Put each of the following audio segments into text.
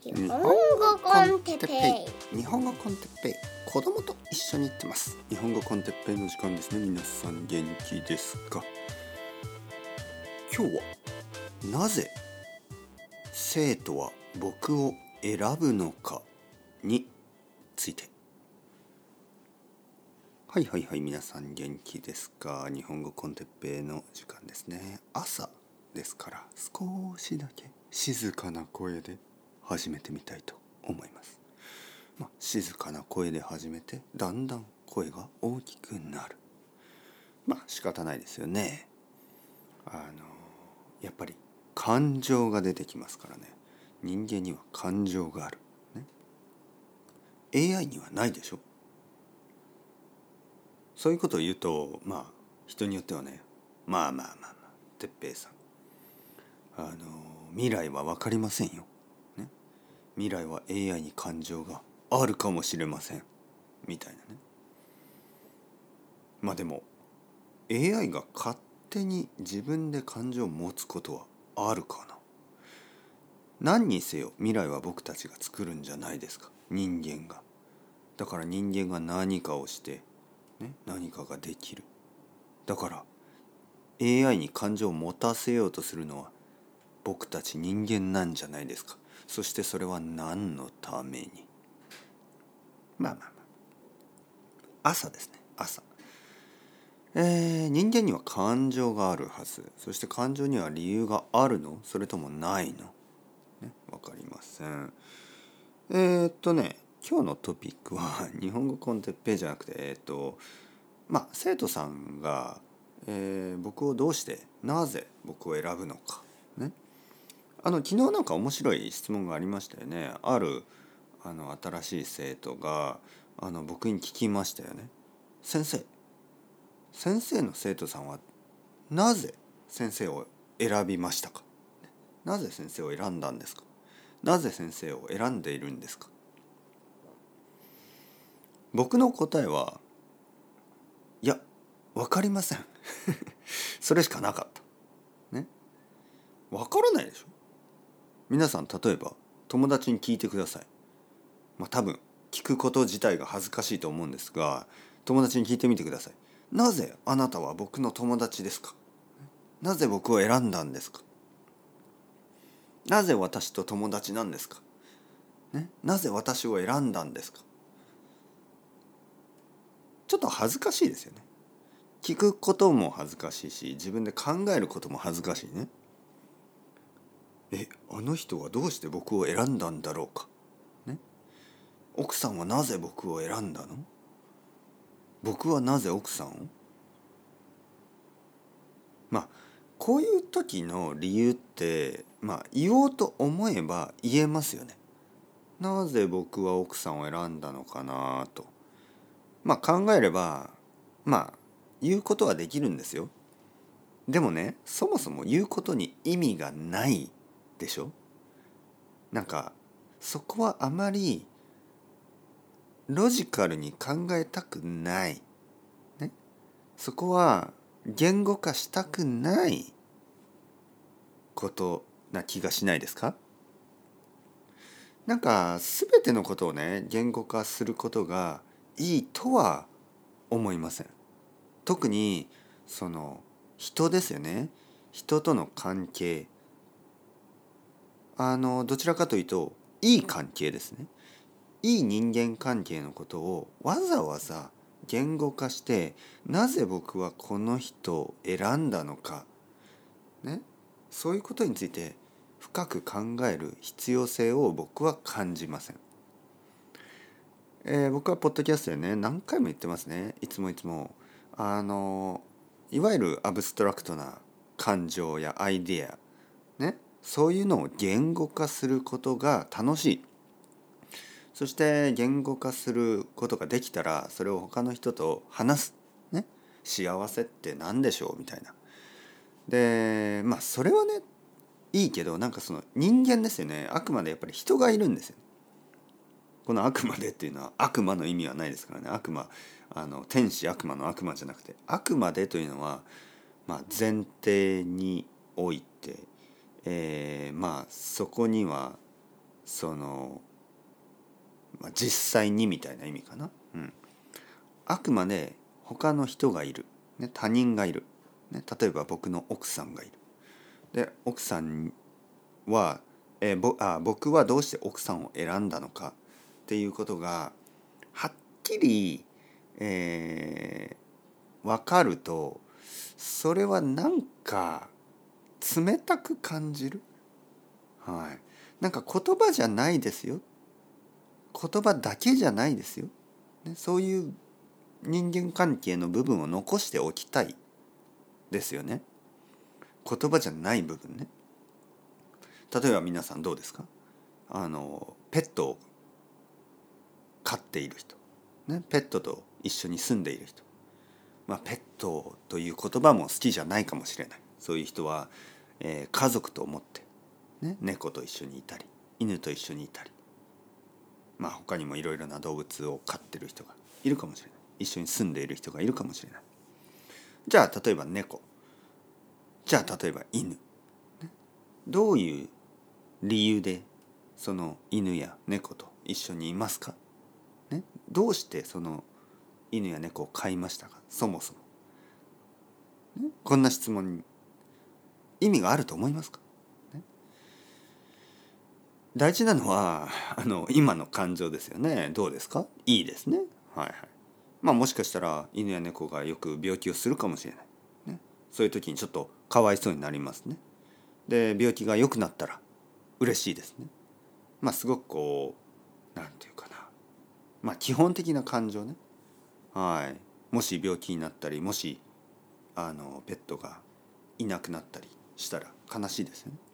日本語コンテッペイ。日本語コンテッペイ、子供と一緒に行ってます。日本語コンテッペイの時間ですね。皆さん元気ですか？今日はなぜ生徒は僕を選ぶのかについて。はい皆さん元気ですか？日本語コンテッペイの時間ですね。朝ですから少しだけ静かな声で始めてみたいと思います。静かな声で始めてだんだん声が大きくなる。仕方ないですよね。やっぱり感情が出てきますからね。人間には感情がある、ね、AI にはないでしょ。そういうことを言うと人によってはね、哲平さん、未来は分かりませんよ、ね、未来は AI に感情があるかもしれませんみたいなね。でも AI が勝手に自分で感情を持つことはあるかな。何にせよ未来は僕たちが作るんじゃないですか、人間が。だから人間が何かをして、何かができる。だから AI に感情を持たせようとするのは僕たち人間なんじゃないですか。そしてそれは何のために。朝ですね。朝。人間には感情があるはず。そして感情には理由があるの？それともないの？わかりません。今日のトピックは日本語コンテッペイじゃなくて、生徒さんが、僕をどうしてなぜ僕を選ぶのかね。昨日なんか面白い質問がありましたよね。ある新しい生徒が僕に聞きましたよね。先生の生徒さんはなぜ先生を選びましたか？なぜ先生を選んだんですか？なぜ先生を選んでいるんですか？僕の答えは、いや、わかりません。それしかなかった。ね。わからないでしょ。皆さん、例えば友達に聞いてください。多分聞くこと自体が恥ずかしいと思うんですが、友達に聞いてみてください。なぜあなたは僕の友達ですか？なぜ僕を選んだんですか？なぜ私と友達なんですか？なぜ私を選んだんですか？ちょっと恥ずかしいですよね。聞くことも恥ずかしいし、自分で考えることも恥ずかしいね。あの人はどうして僕を選んだんだろうか。奥さんはなぜ僕を選んだの？僕はなぜ奥さんを？こういう時の理由って言おうと思えば言えますよね。なぜ僕は奥さんを選んだのかなと考えれば言うことはできるんですよ。でもね、そもそも言うことに意味がないでしょ。そこはあまりロジカルに考えたくない、そこは言語化したくないことな気がしないですか？全てのことをね、言語化することがいいとは思いません。特に人ですよね。人との関係、どちらかというといい関係ですね。いい人間関係のことをわざわざ言語化して、なぜ僕はこの人を選んだのか、そういうことについて深く考える必要性を僕は感じません。僕はポッドキャストでね、何回も言ってますね。いつもいわゆるアブストラクトな感情やアイデア、そういうのを言語化することが楽しい。そして言語化することができたら、それを他の人と話す、幸せって何でしょうみたいな。でそれはねいいけど、人間ですよね。あくまでやっぱり人がいるんですよ。このあくまでっていうのは悪魔の意味はないですからね。悪魔、天使悪魔の悪魔じゃなくて、あくまでというのは前提において、そこにはその、実際にみたいな意味かな。あくまで他の人がいる、ね、他人がいる、ね、例えば僕の奥さんがいる。で奥さんは、僕はどうして奥さんを選んだのかっていうことがはっきり、分かると、それはなんか冷たく感じる。はい。なんか言葉じゃないですよ。言葉だけじゃないですよ。ね、そういう人間関係の部分を残しておきたいですよね。言葉じゃない部分ね。例えば皆さんどうですか？ペットを飼っている人、ね、ペットと一緒に住んでいる人、ペットという言葉も好きじゃないかもしれない。そういう人は、家族と思って、ね、猫と一緒にいたり犬と一緒にいたり、他にもいろいろな動物を飼ってる人がいるかもしれない。一緒に住んでいる人がいるかもしれない。じゃあ例えば猫、じゃあ例えば犬、ね、どういう理由でその犬や猫と一緒にいますか、ね、どうしてその犬や猫を飼いましたか、そもそも、ね、こんな質問に意味があると思いますか、ね、大事なのは今の感情ですよね。どうですか？いいですね。はいはい。もしかしたら犬や猫がよく病気をするかもしれない、ね、そういう時にちょっとかわいそうになりますね。で病気が良くなったら嬉しいですね。すごくこうなんていうかな、基本的な感情ね。はい。もし病気になったり、もしペットがいなくなったりしたら悲しいですよね。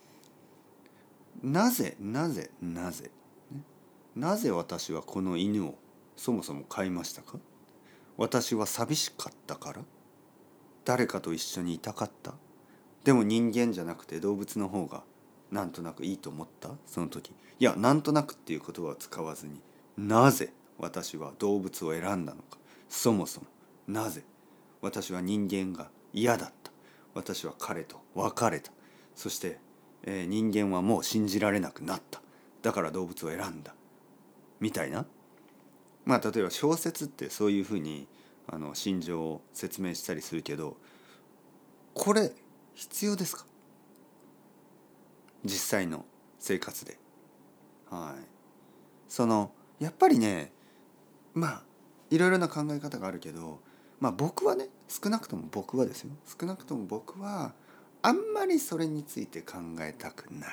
なぜ私はこの犬をそもそも飼いましたか？私は寂しかったから？誰かと一緒にいたかった？でも人間じゃなくて動物の方がなんとなくいいと思った？その時。いや、なんとなくっていう言葉を使わずに、なぜ私は動物を選んだのか。そもそもなぜ私は人間が嫌だった。私は彼と別れた。そして、人間はもう信じられなくなった。だから動物を選んだ。みたいな。例えば小説ってそういうふうに心情を説明したりするけど、これ必要ですか？実際の生活で。はい。やっぱりね、いろいろな考え方があるけど、僕はね、少なくとも僕はですよ。少なくとも僕はあんまりそれについて考えたくない。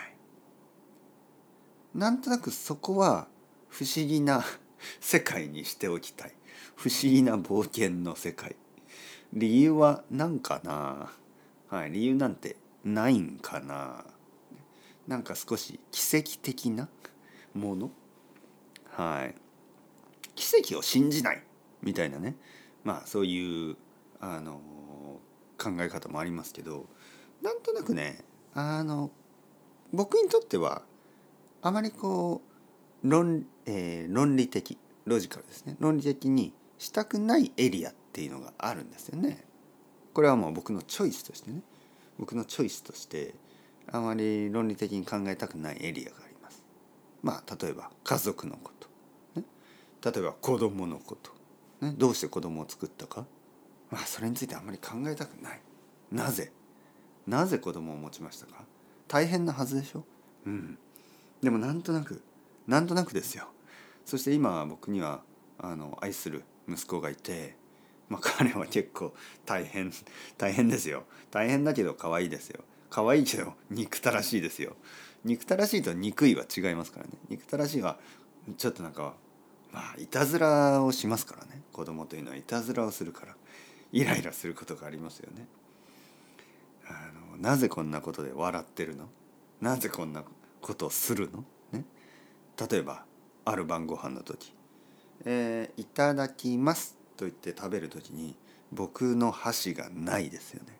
なんとなくそこは不思議な世界にしておきたい。不思議な冒険の世界。理由は何かな。はい、理由なんてないんかな。なんか少し奇跡的なもの。はい。奇跡を信じないみたいなね。そういう考え方もありますけど、なんとなくね、僕にとってはあまりこう論理的ロジカルですね、論理的にしたくないエリアっていうのがあるんですよね。これはもう僕のチョイスとしてね、僕のチョイスとしてあまり論理的に考えたくないエリアがあります。例えば家族のこと、ね、例えば子供のこと、ね、どうして子供を作ったか、それについてあまり考えたくない。なぜ子供を持ちましたか？大変なはずでしょ。でもなんとなくですよ。そして今僕には愛する息子がいて、彼は結構大変ですよ。大変だけど可愛いですよ。可愛いけど憎たらしいですよ。憎たらしいと憎いは違いますからね。憎たらしいはちょっとなんかいたずらをしますからね。子供というのはいたずらをするからイライラすることがありますよね。なぜこんなことで笑ってるの？なぜこんなことをするの？ね。例えばある晩ご飯の時、いただきますと言って食べる時に僕の箸がないですよね。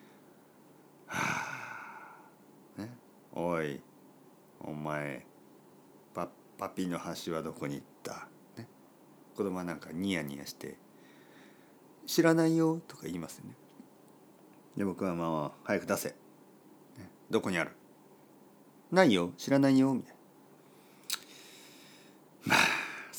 ね、おいお前パピの箸はどこに行った、ね、子供はなんかニヤニヤして知らないよとか言いますよね。で僕は早く出せ、ね、どこにある、ないよ知らないよみたいな。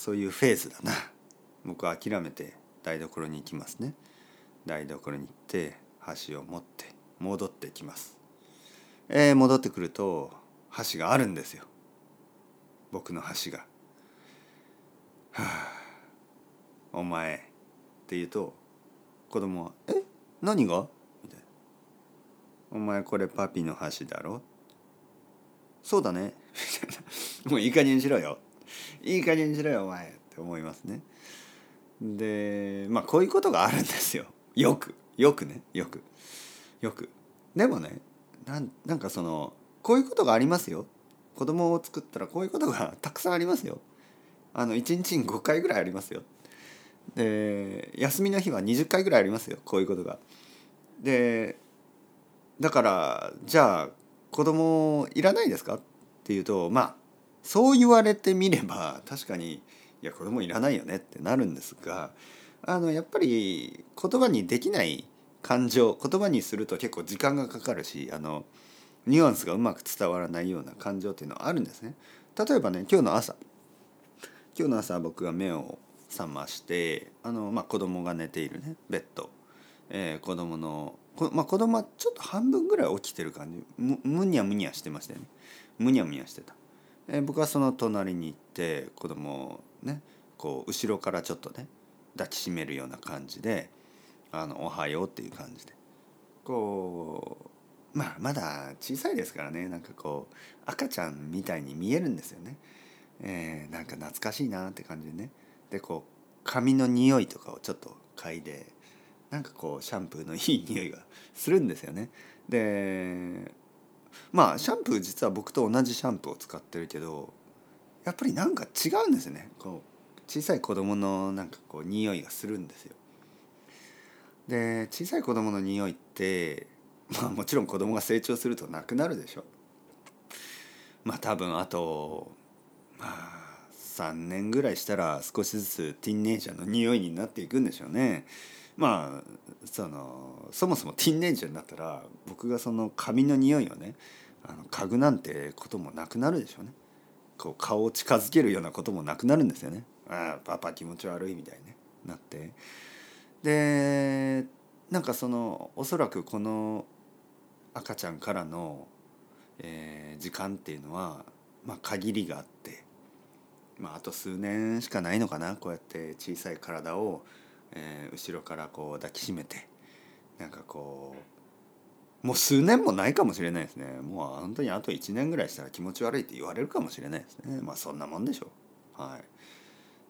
そういうフェーズだな。僕は諦めて台所に行きますね。台所に行って箸を持って戻ってきます。戻ってくると箸があるんですよ。僕の箸が。はあ、お前って言うと子供は「え、何が?」みたいな。「お前これパピの箸だろ?」「そうだね」みたいな。もういい加減にしろよ。いい加減にしろよお前って思いますね。でこういうことがあるんですよ。よくね、よく。でもね、なんかこういうことがありますよ。子供を作ったらこういうことがたくさんありますよ。1日に5回ぐらいありますよ。で休みの日は20回ぐらいありますよ、こういうことが。でだからじゃあ子供いらないですかっていうと、そう言われてみれば確かに、いや子供いらないよねってなるんですが、やっぱり言葉にできない感情、言葉にすると結構時間がかかるし、ニュアンスがうまく伝わらないような感情っていうのはあるんですね。例えばね、今日の朝僕が目を覚まして、子供が寝ているねベッド、子供の子供はちょっと半分ぐらい起きてる感じ、むにゃむにゃしてましたよね。むにゃむにゃしてた。僕はその隣に行って子供をねこう後ろからちょっとね抱きしめるような感じでおはようっていう感じでこうまだ小さいですからね、なんかこう赤ちゃんみたいに見えるんですよね。なんか懐かしいなって感じでね。でこう髪の匂いとかをちょっと嗅いで、なんかこうシャンプーのいい匂いがするんですよね。でシャンプー実は僕と同じシャンプーを使ってるけど、やっぱりなんか違うんですよね。こう小さい子供のなんかこう匂いがするんですよ。で小さい子供の匂いってもちろん子供が成長するとなくなるでしょ。多分あと3年ぐらいしたら少しずつティーンネイジャーの匂いになっていくんでしょうね。そもそもティーンネイジャーになったら僕がその髪の匂いをね嗅ぐなんてこともなくなるでしょうね。こう顔を近づけるようなこともなくなるんですよね。パパ気持ち悪いみたいになって、でなんかおそらくこの赤ちゃんからの、時間っていうのは限りがあって、あと数年しかないのかな。こうやって小さい体を、後ろからこう抱きしめて、なんかこうもう数年もないかもしれないですね。もう本当にあと1年ぐらいしたら気持ち悪いって言われるかもしれないですね。そんなもんでしょう。はい。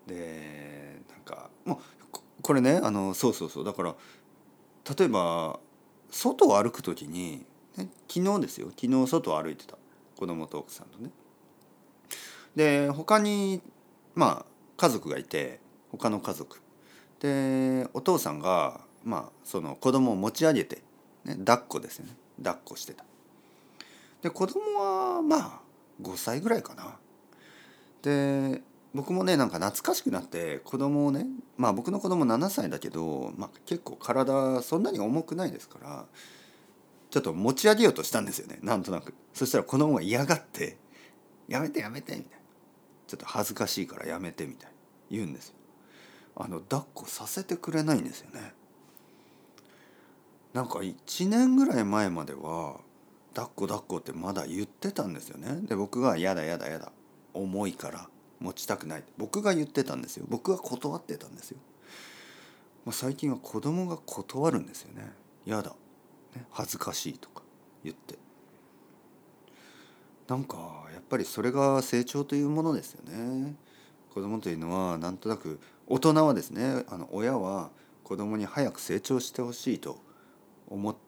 でなんかもうこれねそうだから例えば外を歩く時に、昨日ですよ、昨日外を歩いてた子供と奥さんとね。で他に家族がいて、他の家族でお父さんがその子供を持ち上げて、抱っこですよね、抱っこしてた。で子供は5歳ぐらいかな。で僕もねなんか懐かしくなって子供をね、僕の子供7歳だけど、結構体そんなに重くないですから、ちょっと持ち上げようとしたんですよね、なんとなく。そしたら子供が嫌がって「やめてやめて」みたいな、ちょっと恥ずかしいからやめてみたいな言うんですよ。抱っこさせてくれないんですよね。なんか1年ぐらい前までは抱っこ抱っこってまだ言ってたんですよね。で僕がやだやだやだ、重いから持ちたくない、僕が言ってたんですよ。僕が断ってたんですよ。最近は子供が断るんですよね。やだ、恥ずかしいとか言って。なんかやっぱりそれが成長というものですよね。子供というのはなんとなく、大人はですね、親は子供に早く成長してほしいと思って、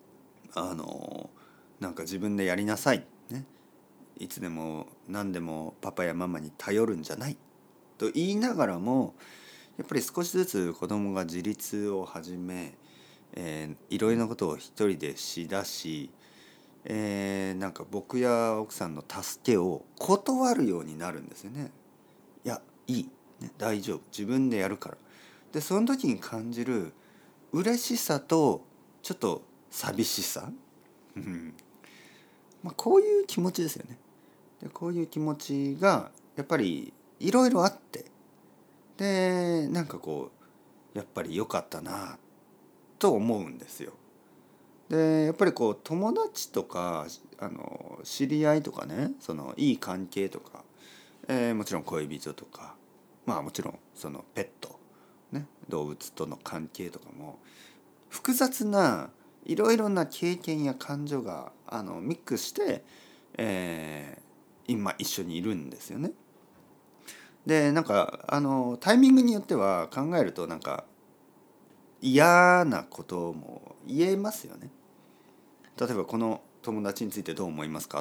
なんか自分でやりなさい、ね、いつでも何でもパパやママに頼るんじゃないと言いながらも、やっぱり少しずつ子供が自立を始め、いろいろなことを一人でしだし、なんか僕や奥さんの助けを断るようになるんですよね。いやいい、大丈夫、自分でやるから。でその時に感じる嬉しさとちょっと寂しさ、こういう気持ちですよね。でこういう気持ちがやっぱりいろいろあって、でなんかこうやっぱり良かったなと思うんですよ。でやっぱりこう友達とか知り合いとかね、そのいい関係とか、もちろん恋人とか、まあもちろんそのペット、ね、動物との関係とかも複雑ないろいろな経験や感情がミックスして、今一緒にいるんですよね。でなんかタイミングによっては考えるとなんか嫌なことも言えますよね。例えばこの友達についてどう思いますか、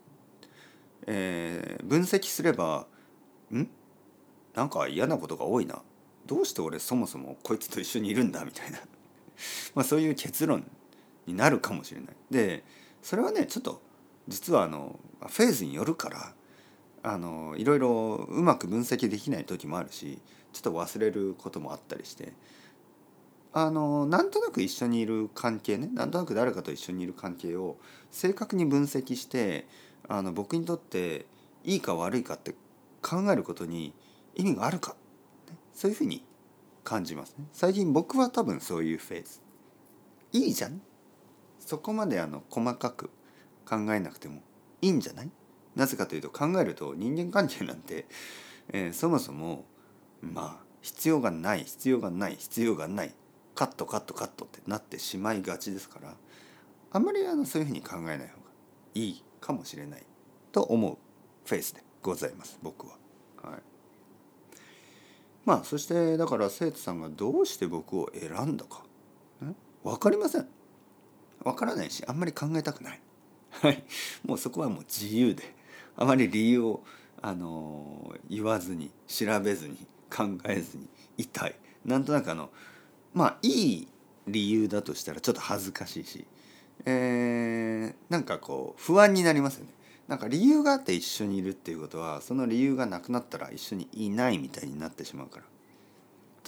分析すればなんか嫌なことが多いな、どうして俺そもそもこいつと一緒にいるんだみたいなまあそういう結論になるかもしれない。でそれはねちょっと実はフェーズによるからいろいろうまく分析できない時もあるし、ちょっと忘れることもあったりして、なんとなく一緒にいる関係ね、なんとなく誰かと一緒にいる関係を正確に分析して、僕にとっていいか悪いかって考えることに意味があるか、そういうふうに感じますね。最近僕は多分そういうフェーズ。いいじゃん、そこまで細かく考えなくてもいいんじゃない。なぜかというと考えると人間関係なんて、そもそもまあ必要がない必要がない必要がないカットカットカットってなってしまいがちですから、あんまりそういうふうに考えない方がいいかもしれないと思うフェーズでございます僕は。はい、まあそしてだから生徒さんがどうして僕を選んだか分かりません。分からないしあんまり考えたくない。はい、もうそこはもう自由で、あまり理由を言わずに調べずに考えずにいたい。なんとなくまあいい理由だとしたらちょっと恥ずかしいし、なんかこう不安になりますよね。なんか理由があって一緒にいるっていうことはその理由がなくなったら一緒にいないみたいになってしまうから。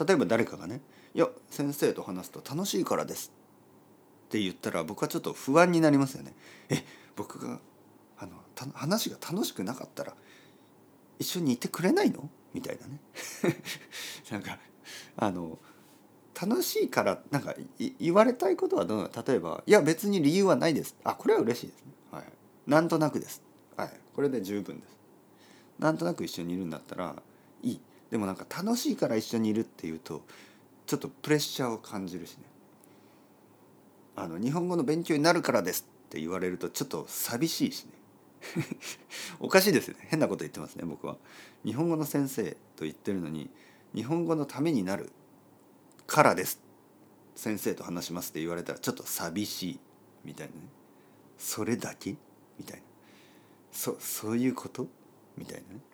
例えば誰かがね「いや先生と話すと楽しいからです」って言ったら僕はちょっと不安になりますよね。僕が話が楽しくなかったら一緒にいてくれないのみたいなねなんか楽しいからなんか言われたいことはどうなの。例えば「いや別に理由はないです」これは嬉しいですね。はい、なんとなくです。はい、これで十分です。なんとなく一緒にいるんだったらいい。でもなんか楽しいから一緒にいるっていうとちょっとプレッシャーを感じるしね。日本語の勉強になるからですって言われるとちょっと寂しいしねおかしいですよね。変なこと言ってますね僕は。日本語の先生と言ってるのに日本語のためになるからです先生と話しますって言われたらちょっと寂しいみたいなね。それだけみたいな、そういうことみたいなね。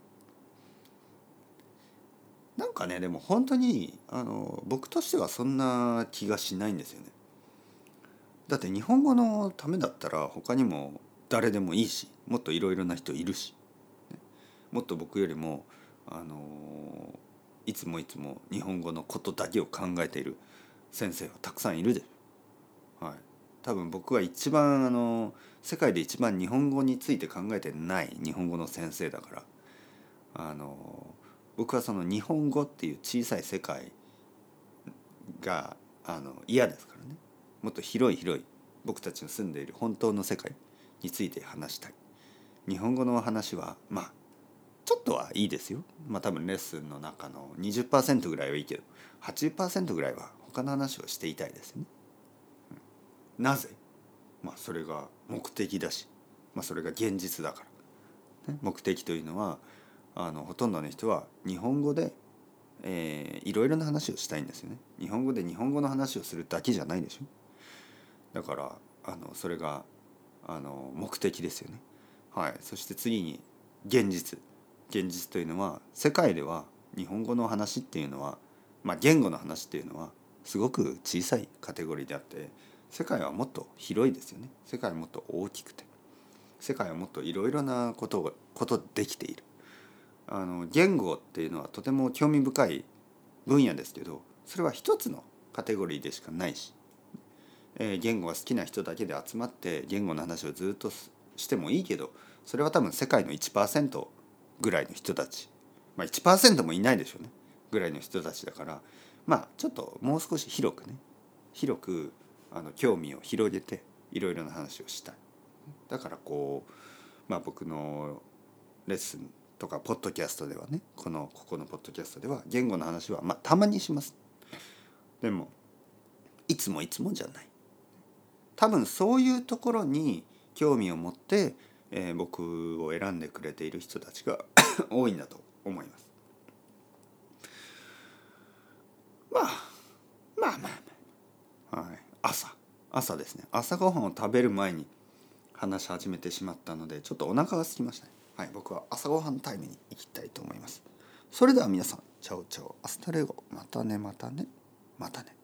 なんかねでも本当に僕としてはそんな気がしないんですよね。だって日本語のためだったら他にも誰でもいいし、もっといろいろな人いるし、もっと僕よりもいつもいつも日本語のことだけを考えている先生はたくさんいるでしょ。はい、多分僕は一番世界で一番日本語について考えてない日本語の先生だから、僕はその日本語っていう小さい世界が嫌ですからね。もっと広い広い僕たちの住んでいる本当の世界について話したい。日本語の話はまあちょっとはいいですよ。まあ多分レッスンの中の20%ぐらいはいいけど80%ぐらいは他の話をしていたいですよね。なぜ、まあそれが目的だし、まあそれが現実だから、ね、目的というのはほとんどの人は日本語でいろいろな話をしたいんですよね。日本語で日本語の話をするだけじゃないでしょ。だからそれが目的ですよね。はい、そして次に現実。現実というのは世界では日本語の話っていうのは、まあ、言語の話っていうのはすごく小さいカテゴリーであって世界はもっと広いですよね。世界はもっと大きくて世界はもっといろいろなことできている。言語っていうのはとても興味深い分野ですけどそれは一つのカテゴリーでしかないし、言語が好きな人だけで集まって言語の話をずっとしてもいいけどそれは多分世界の1%ぐらいの人たち 1% もいないでしょうねぐらいの人たちだから、ちょっともう少し広く興味を広げていろいろな話をしたい。だから僕のレッスンとかポッドキャストではね、ここのポッドキャストでは言語の話はたまにします。でもいつもじゃない。多分そういうところに興味を持って、僕を選んでくれている人たちが多いんだと思います。まあまあまあまあ、はい、朝ですね。朝ごはんを食べる前に話し始めてしまったのでちょっとお腹が空きましたね。はい、僕は朝ごはんタイムに行きたいと思います。それでは皆さん、チャオチャオ、アスタレゴ、またねまたねまたね。